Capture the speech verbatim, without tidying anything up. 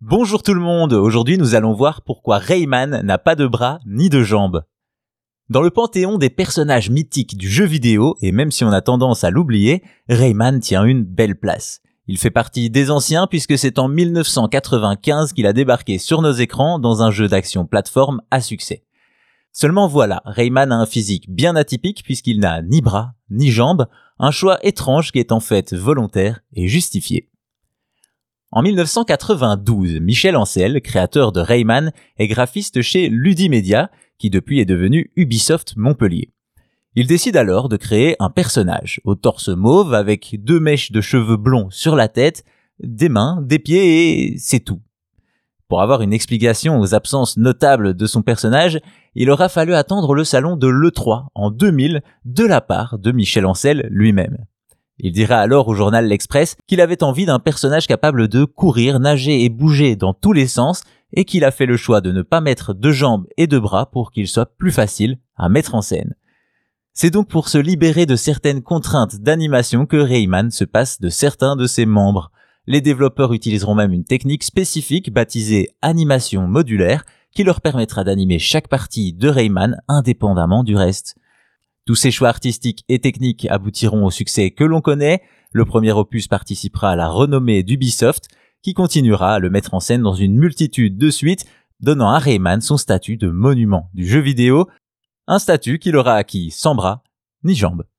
Bonjour tout le monde, aujourd'hui nous allons voir pourquoi Rayman n'a pas de bras ni de jambes. Dans le panthéon des personnages mythiques du jeu vidéo, et même si on a tendance à l'oublier, Rayman tient une belle place. Il fait partie des anciens puisque c'est en mille neuf cent quatre-vingt-quinze qu'il a débarqué sur nos écrans dans un jeu d'action plateforme à succès. Seulement voilà, Rayman a un physique bien atypique puisqu'il n'a ni bras, ni jambes, un choix étrange qui est en fait volontaire et justifié. En mille neuf cent quatre-vingt-douze, Michel Ancel, créateur de Rayman, est graphiste chez Ludimedia, qui depuis est devenu Ubisoft Montpellier. Il décide alors de créer un personnage, au torse mauve avec deux mèches de cheveux blonds sur la tête, des mains, des pieds et c'est tout. Pour avoir une explication aux absences notables de son personnage, il aura fallu attendre le salon de l'E trois en deux mille de la part de Michel Ancel lui-même. Il dira alors au journal L'Express qu'il avait envie d'un personnage capable de courir, nager et bouger dans tous les sens et qu'il a fait le choix de ne pas mettre de jambes et de bras pour qu'il soit plus facile à mettre en scène. C'est donc pour se libérer de certaines contraintes d'animation que Rayman se passe de certains de ses membres. Les développeurs utiliseront même une technique spécifique baptisée animation modulaire qui leur permettra d'animer chaque partie de Rayman indépendamment du reste. Tous ces choix artistiques et techniques aboutiront au succès que l'on connaît. Le premier opus participera à la renommée d'Ubisoft, qui continuera à le mettre en scène dans une multitude de suites, donnant à Rayman son statut de monument du jeu vidéo, un statut qu'il aura acquis sans bras ni jambes.